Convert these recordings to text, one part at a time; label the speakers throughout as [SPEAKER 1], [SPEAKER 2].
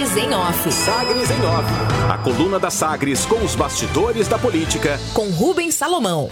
[SPEAKER 1] Sagres em Off.
[SPEAKER 2] Sagres em Off. A coluna da Sagres com os bastidores da política.
[SPEAKER 1] Com Rubens Salomão.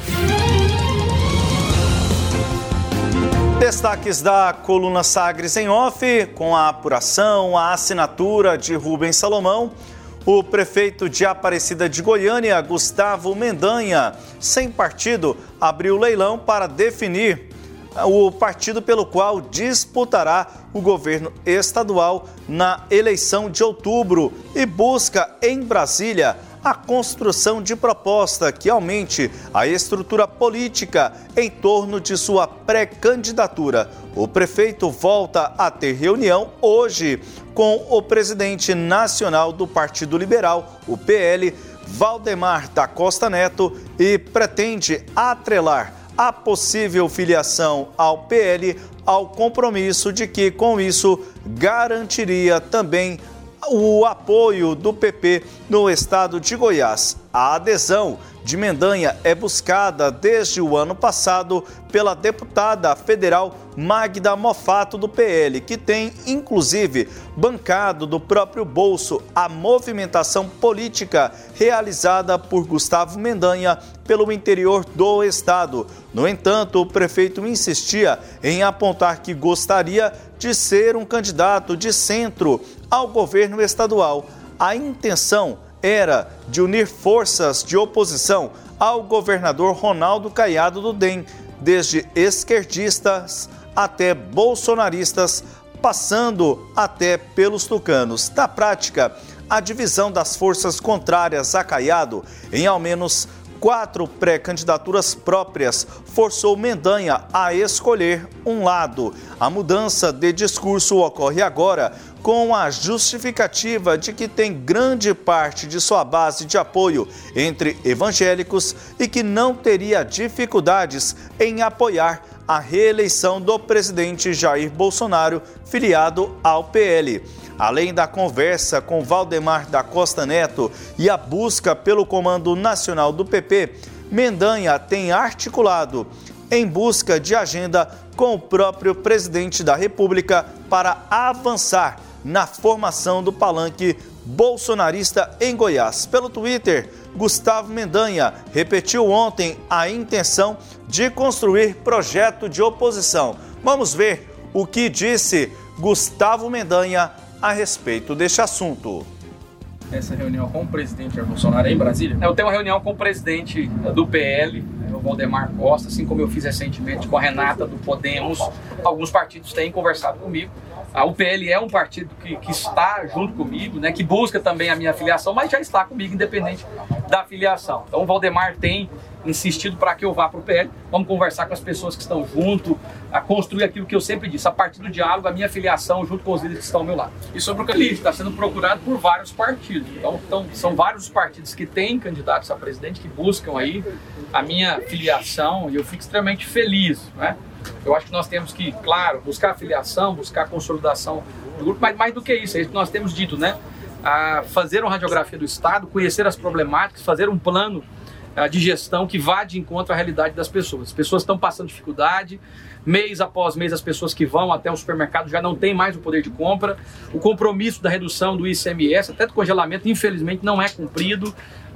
[SPEAKER 3] Destaques da coluna Sagres em Off, com a apuração, a assinatura de Rubens Salomão. O prefeito de Aparecida de Goiânia, Gustavo Mendanha, sem partido, abriu leilão para definir o partido pelo qual disputará o governo estadual na eleição de outubro e busca em Brasília a construção de proposta que aumente a estrutura política em torno de sua pré-candidatura. O prefeito volta a ter reunião hoje com o presidente nacional do Partido Liberal, o PL, Valdemar da Costa Neto, e pretende atrelar a possível filiação ao PL ao compromisso de que, com isso, garantiria também o apoio do PP no estado de Goiás. A adesão de Mendanha é buscada desde o ano passado pela deputada federal Magda Mofato do PL, que tem, inclusive, bancado do próprio bolso a movimentação política realizada por Gustavo Mendanha pelo interior do estado. No entanto, o prefeito insistia em apontar que gostaria de ser um candidato de centro ao governo estadual. A intenção era de unir forças de oposição ao governador Ronaldo Caiado do DEM, desde esquerdistas até bolsonaristas, passando até pelos tucanos. Na prática, a divisão das forças contrárias a Caiado em ao menos 4 pré-candidaturas próprias forçou Mendanha a escolher um lado. A mudança de discurso ocorre agora com a justificativa de que tem grande parte de sua base de apoio entre evangélicos e que não teria dificuldades em apoiar a reeleição do presidente Jair Bolsonaro, filiado ao PL. Além da conversa com Valdemar da Costa Neto e a busca pelo comando nacional do PP, Mendanha tem articulado em busca de agenda com o próprio presidente da República para avançar na formação do palanque bolsonarista em Goiás. Pelo Twitter, Gustavo Mendanha repetiu ontem a intenção de construir projeto de oposição. Vamos ver o que disse Gustavo Mendanha a respeito deste assunto.
[SPEAKER 4] Essa reunião com o presidente Jair Bolsonaro em Brasília. Eu tenho uma reunião com o presidente do PL, o Valdemar Costa, assim como eu fiz recentemente com a Renata do Podemos. Alguns partidos têm conversado comigo. O PL é um partido que está junto comigo, né, que busca também a minha filiação, mas já está comigo, independente da filiação. Então o Valdemar tem insistido para que eu vá para o PL. Vamos conversar com as pessoas que estão junto, a construir aquilo que eu sempre disse, a partir do diálogo, a minha filiação junto com os líderes que estão ao meu lado. E sobre o candidato, está sendo procurado por vários partidos. Então são vários os partidos que têm candidatos a presidente, que buscam aí a minha filiação, e eu fico extremamente feliz, né? Eu acho que nós temos que, claro, buscar a filiação, buscar a consolidação do grupo, mas mais do que isso, é isso que nós temos dito, né? Fazer uma radiografia do Estado, conhecer as problemáticas, fazer um plano de gestão que vá de encontro à realidade das pessoas. As pessoas estão passando dificuldade, mês após mês as pessoas que vão até o supermercado já não têm mais o poder de compra, o compromisso da redução do ICMS, até do congelamento, infelizmente não é cumprido,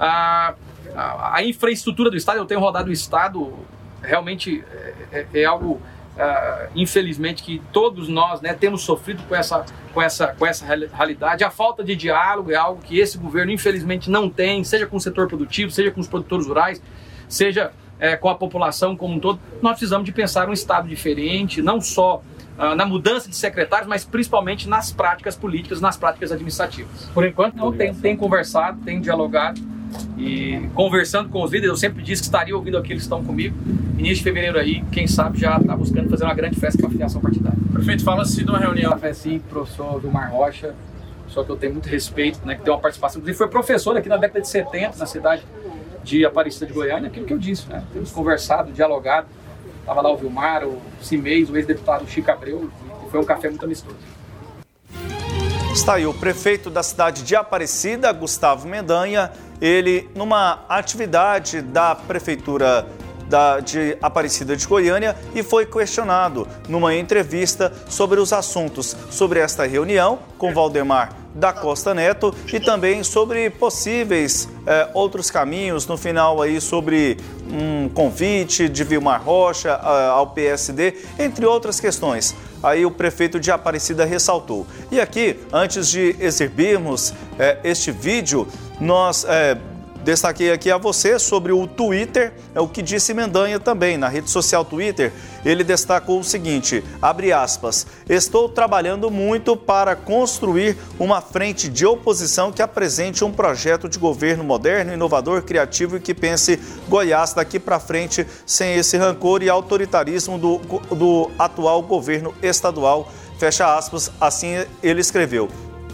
[SPEAKER 4] a infraestrutura do Estado, eu tenho rodado o Estado, realmente é algo, infelizmente, que todos nós, né, temos sofrido com essa realidade. A falta de diálogo é algo que esse governo, infelizmente, não tem, seja com o setor produtivo, seja com os produtores rurais, seja com a população como um todo. Nós precisamos de pensar um Estado diferente, não só na mudança de secretários, mas principalmente nas práticas políticas, nas práticas administrativas. Por enquanto, não tenho conversado, tenho dialogado, e conversando com os líderes, eu sempre disse que estaria ouvindo aqueles que estão comigo. Início de fevereiro aí, quem sabe já está buscando fazer uma grande festa com a filiação partidária.
[SPEAKER 5] Prefeito, fala-se de uma reunião.
[SPEAKER 4] Café sim, professor Vilmar Rocha, só que eu tenho muito respeito, né, que tem uma participação, inclusive foi professor aqui na década de 70, na cidade de Aparecida de Goiânia, aquilo que eu disse, né? Temos conversado, dialogado, estava lá o Vilmar, o Cimês, o ex-deputado Chico Abreu, e foi um café muito amistoso.
[SPEAKER 3] Está aí o prefeito da cidade de Aparecida, Gustavo Mendanha, ele numa atividade da prefeitura de Aparecida de Goiânia e foi questionado numa entrevista sobre os assuntos sobre esta reunião com Valdemar da Costa Neto e também sobre possíveis outros caminhos, no final aí sobre um convite de Vilmar Rocha ao PSD, entre outras questões. Aí o prefeito de Aparecida ressaltou. E aqui, antes de exibirmos este vídeo, nós destaquei aqui a você sobre o Twitter, o que disse Mendanha também, na rede social Twitter. Ele destacou o seguinte, abre aspas, estou trabalhando muito para construir uma frente de oposição que apresente um projeto de governo moderno, inovador, criativo e que pense Goiás daqui para frente sem esse rancor e autoritarismo do atual governo estadual, fecha aspas, assim ele escreveu.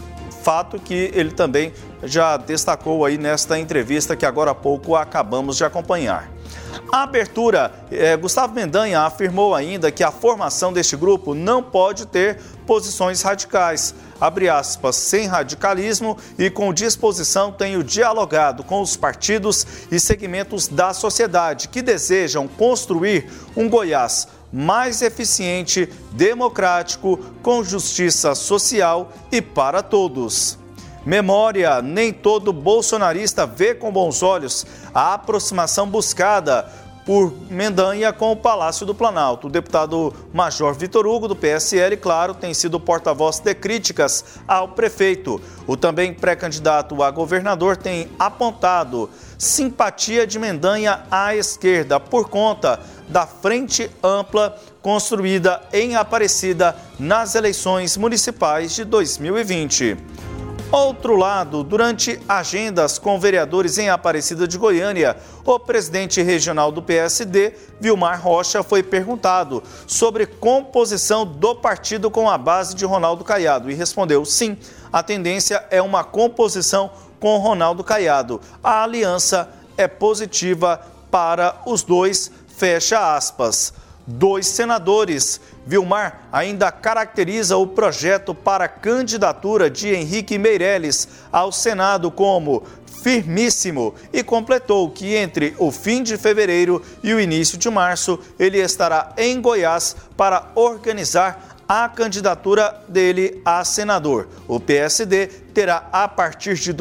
[SPEAKER 3] Fato que ele também já destacou aí nesta entrevista que agora há pouco acabamos de acompanhar. A abertura, Gustavo Mendanha afirmou ainda que a formação deste grupo não pode ter posições radicais. Abre aspas, sem radicalismo e com disposição tenho dialogado com os partidos e segmentos da sociedade que desejam construir um Goiás mais eficiente, democrático, com justiça social e para todos. Memória, nem todo bolsonarista vê com bons olhos a aproximação buscada por Mendanha com o Palácio do Planalto. O deputado Major Vitor Hugo, do PSL, claro, tem sido porta-voz de críticas ao prefeito. O também pré-candidato a governador tem apontado simpatia de Mendanha à esquerda por conta da frente ampla construída em Aparecida nas eleições municipais de 2020. Outro lado, durante agendas com vereadores em Aparecida de Goiânia, o presidente regional do PSD, Vilmar Rocha, foi perguntado sobre composição do partido com a base de Ronaldo Caiado e respondeu sim, a tendência é uma composição com Ronaldo Caiado. A aliança é positiva para os dois, fecha aspas. 2 senadores. Vilmar ainda caracteriza o projeto para a candidatura de Henrique Meirelles ao Senado como firmíssimo e completou que entre o fim de fevereiro e o início de março ele estará em Goiás para organizar a candidatura dele a senador. O PSD terá a partir de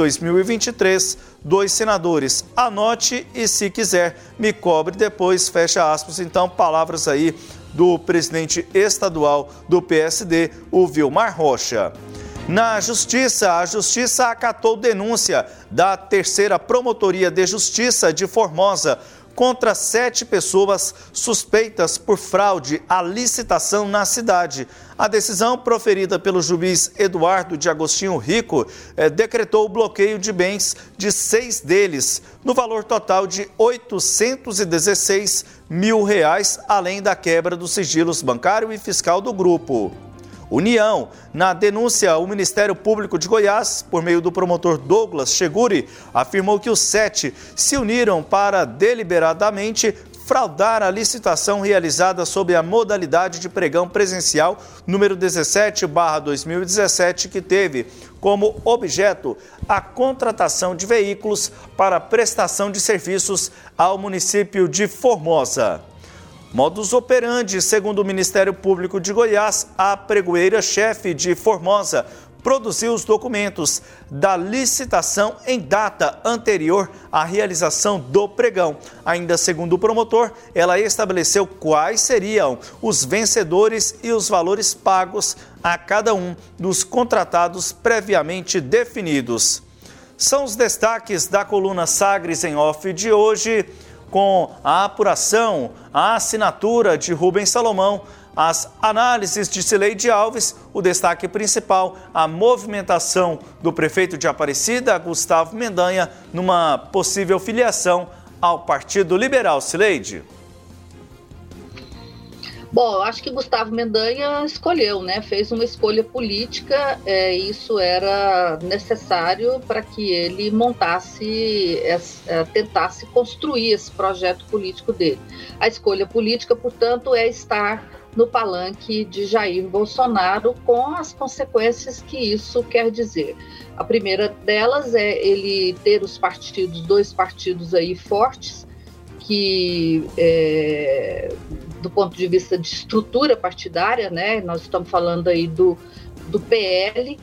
[SPEAKER 3] 2023 2 senadores. Anote e se quiser me cobre depois, fecha aspas. Então, palavras aí do presidente estadual do PSD, o Vilmar Rocha. Na Justiça, a Justiça acatou denúncia da 3ª Promotoria de Justiça de Formosa contra 7 pessoas suspeitas por fraude à licitação na cidade. A decisão proferida pelo juiz Eduardo de Agostinho Rico decretou o bloqueio de bens de 6 deles, no valor total de R$ 816 mil, além da quebra dos sigilos bancário e fiscal do grupo. União. Na denúncia, o Ministério Público de Goiás, por meio do promotor Douglas Cheguri, afirmou que os 7 se uniram para deliberadamente fraudar a licitação realizada sob a modalidade de pregão presencial número 17/2017, que teve como objeto a contratação de veículos para prestação de serviços ao município de Formosa. Modus operandi, segundo o Ministério Público de Goiás, a pregoeira-chefe de Formosa produziu os documentos da licitação em data anterior à realização do pregão. Ainda segundo o promotor, ela estabeleceu quais seriam os vencedores e os valores pagos a cada um dos contratados previamente definidos. São os destaques da coluna Sagres em Off de hoje, com a apuração, a assinatura de Rubens Salomão, as análises de Cileide Alves, o destaque principal, a movimentação do prefeito de Aparecida, Gustavo Mendanha, numa possível filiação ao Partido Liberal. Cileide.
[SPEAKER 1] Bom, eu acho que Gustavo Mendanha escolheu, né? Fez uma escolha política, isso era necessário para que ele montasse, tentasse construir esse projeto político dele. A escolha política, portanto, é estar no palanque de Jair Bolsonaro, com as consequências que isso quer dizer. A primeira delas é ele ter os partidos, 2 partidos aí fortes, que do ponto de vista de estrutura partidária, né, nós estamos falando aí do PL,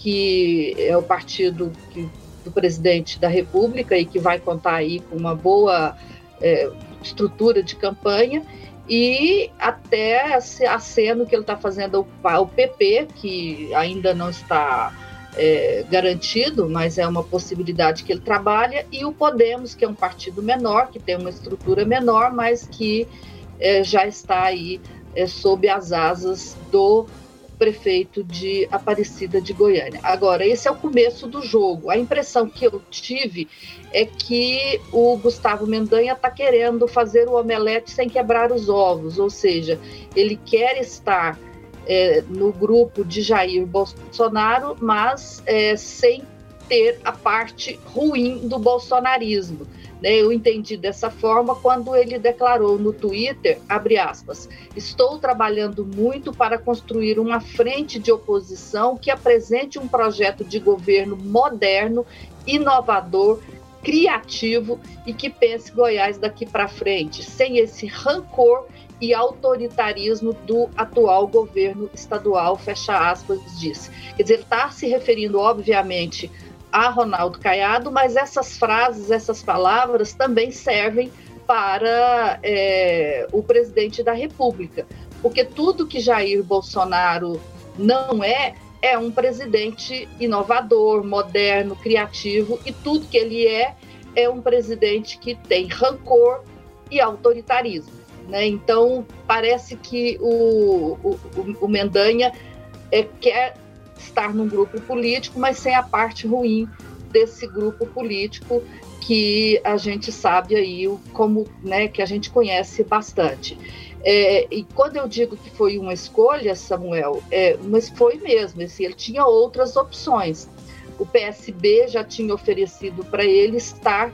[SPEAKER 1] que é o partido do presidente da República e que vai contar aí com uma boa estrutura de campanha, e até aceno que ele está fazendo ao PP, que ainda não está garantido, mas é uma possibilidade que ele trabalha, e o Podemos, que é um partido menor, que tem uma estrutura menor, mas que já está aí sob as asas do prefeito de Aparecida de Goiânia. Agora, esse é o começo do jogo. A impressão que eu tive é que o Gustavo Mendanha está querendo fazer o omelete sem quebrar os ovos, ou seja, ele quer estar no grupo de Jair Bolsonaro, mas sem ter a parte ruim do bolsonarismo. Eu entendi dessa forma quando ele declarou no Twitter, abre aspas, estou trabalhando muito para construir uma frente de oposição que apresente um projeto de governo moderno, inovador, criativo e que pense Goiás daqui para frente, sem esse rancor e autoritarismo do atual governo estadual, fecha aspas, disse. Quer dizer, ele está se referindo, obviamente, a Ronaldo Caiado, mas essas frases, essas palavras também servem para o presidente da República, porque tudo que Jair Bolsonaro não é um presidente inovador, moderno, criativo, e tudo que ele é um presidente que tem rancor e autoritarismo, né? Então, parece que o Mendanha quer estar num grupo político, mas sem a parte ruim desse grupo político que a gente sabe aí como, né, que a gente conhece bastante. E quando eu digo que foi uma escolha, Samuel, mas foi mesmo, assim, ele tinha outras opções. O PSB já tinha oferecido para ele estar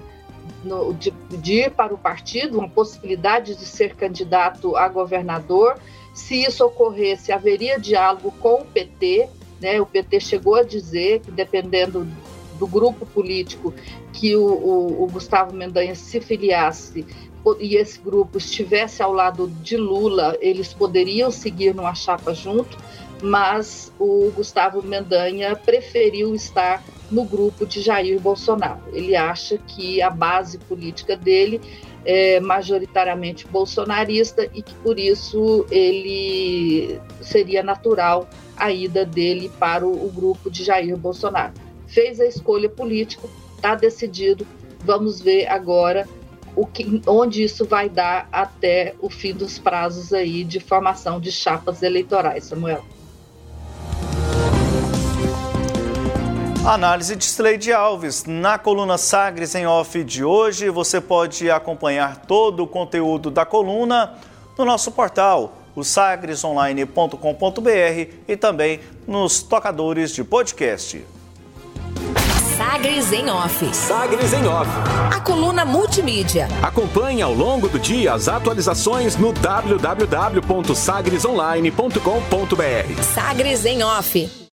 [SPEAKER 1] de ir para o partido, uma possibilidade de ser candidato a governador. Se isso ocorresse, haveria diálogo com o PT, né? O PT chegou a dizer que, dependendo do grupo político que o Gustavo Mendanha se filiasse e esse grupo estivesse ao lado de Lula, eles poderiam seguir numa chapa junto, mas o Gustavo Mendanha preferiu estar no grupo de Jair Bolsonaro. Ele acha que a base política dele é majoritariamente bolsonarista e que, por isso, ele seria natural a ida dele para o grupo de Jair Bolsonaro. Fez a escolha política, está decidido, vamos ver agora onde isso vai dar até o fim dos prazos aí de formação de chapas eleitorais, Samuel.
[SPEAKER 3] Análise de Sileide Alves. Na coluna Sagres em Off de hoje, você pode acompanhar todo o conteúdo da coluna no nosso portal, o sagresonline.com.br, e também nos tocadores de podcast.
[SPEAKER 5] Sagres em Off.
[SPEAKER 2] Sagres em Off.
[SPEAKER 5] A coluna multimídia.
[SPEAKER 2] Acompanhe ao longo do dia as atualizações no www.sagresonline.com.br.
[SPEAKER 5] Sagres em Off.